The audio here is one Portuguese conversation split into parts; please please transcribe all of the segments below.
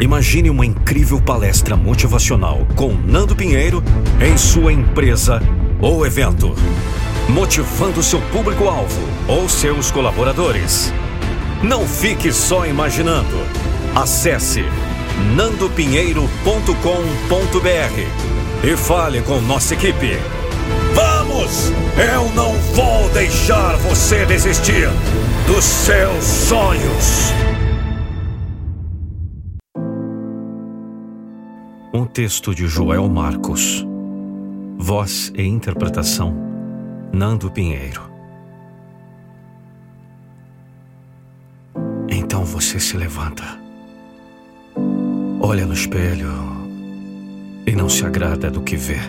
Imagine uma incrível palestra motivacional com Nando Pinheiro em sua empresa ou evento, motivando seu público-alvo ou seus colaboradores. Não fique só imaginando. Acesse nandopinheiro.com.br e fale com nossa equipe. Vamos! Eu não vou deixar você desistir dos seus sonhos. Um texto de Joel Marcos. Voz e interpretação, Nando Pinheiro. Então você se levanta, olha no espelho e não se agrada do que vê.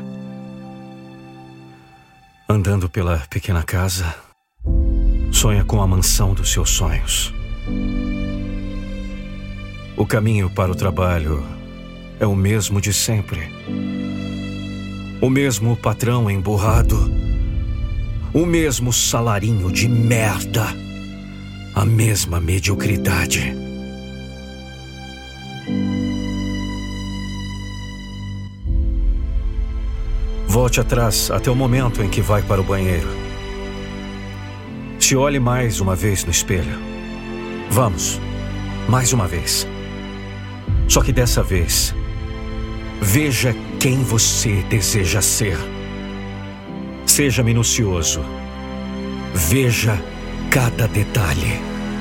Andando pela pequena casa, sonha com a mansão dos seus sonhos. O caminho para o trabalho é o mesmo de sempre. O mesmo patrão emburrado. O mesmo salarinho de merda. A mesma mediocridade. Volte atrás até o momento em que vai para o banheiro. Se olhe mais uma vez no espelho. Vamos, mais uma vez. Só que dessa vez, veja quem você deseja ser. Seja minucioso. Veja cada detalhe.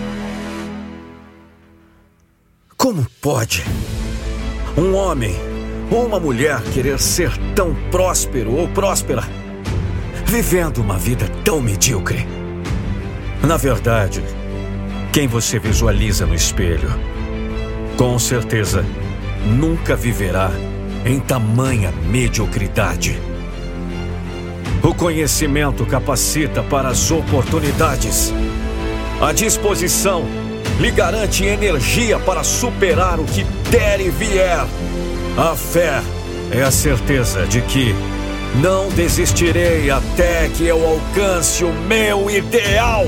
Como pode um homem ou uma mulher querer ser tão próspero ou próspera, vivendo uma vida tão medíocre? Na verdade, quem você visualiza no espelho, com certeza, nunca viverá em tamanha mediocridade. O conhecimento capacita para as oportunidades. A disposição lhe garante energia para superar o que der e vier. A fé é a certeza de que não desistirei até que eu alcance o meu ideal.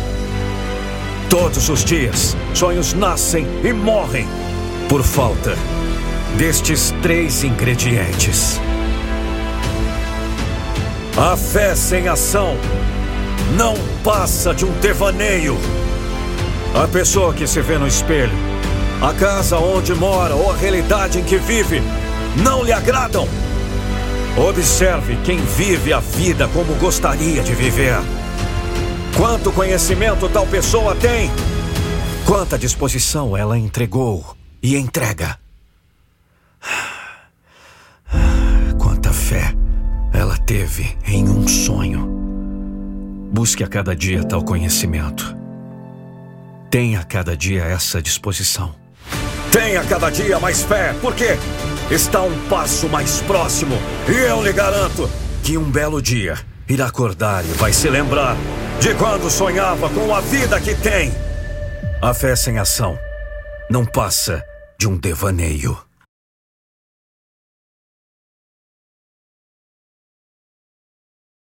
Todos os dias, sonhos nascem e morrem por falta destes 3 ingredientes. A fé sem ação não passa de um devaneio. A pessoa que se vê no espelho, a casa onde mora ou a realidade em que vive não lhe agradam. Observe quem vive a vida como gostaria de viver. Quanto conhecimento tal pessoa tem? Quanta disposição ela entregou e entrega? Quanta fé ela teve em um sonho. Busque a cada dia tal conhecimento. Tenha a cada dia essa disposição. Tenha cada dia mais fé, porque está um passo mais próximo. E eu lhe garanto que um belo dia irá acordar e vai se lembrar de quando sonhava com a vida que tem. A fé sem ação não passa de um devaneio.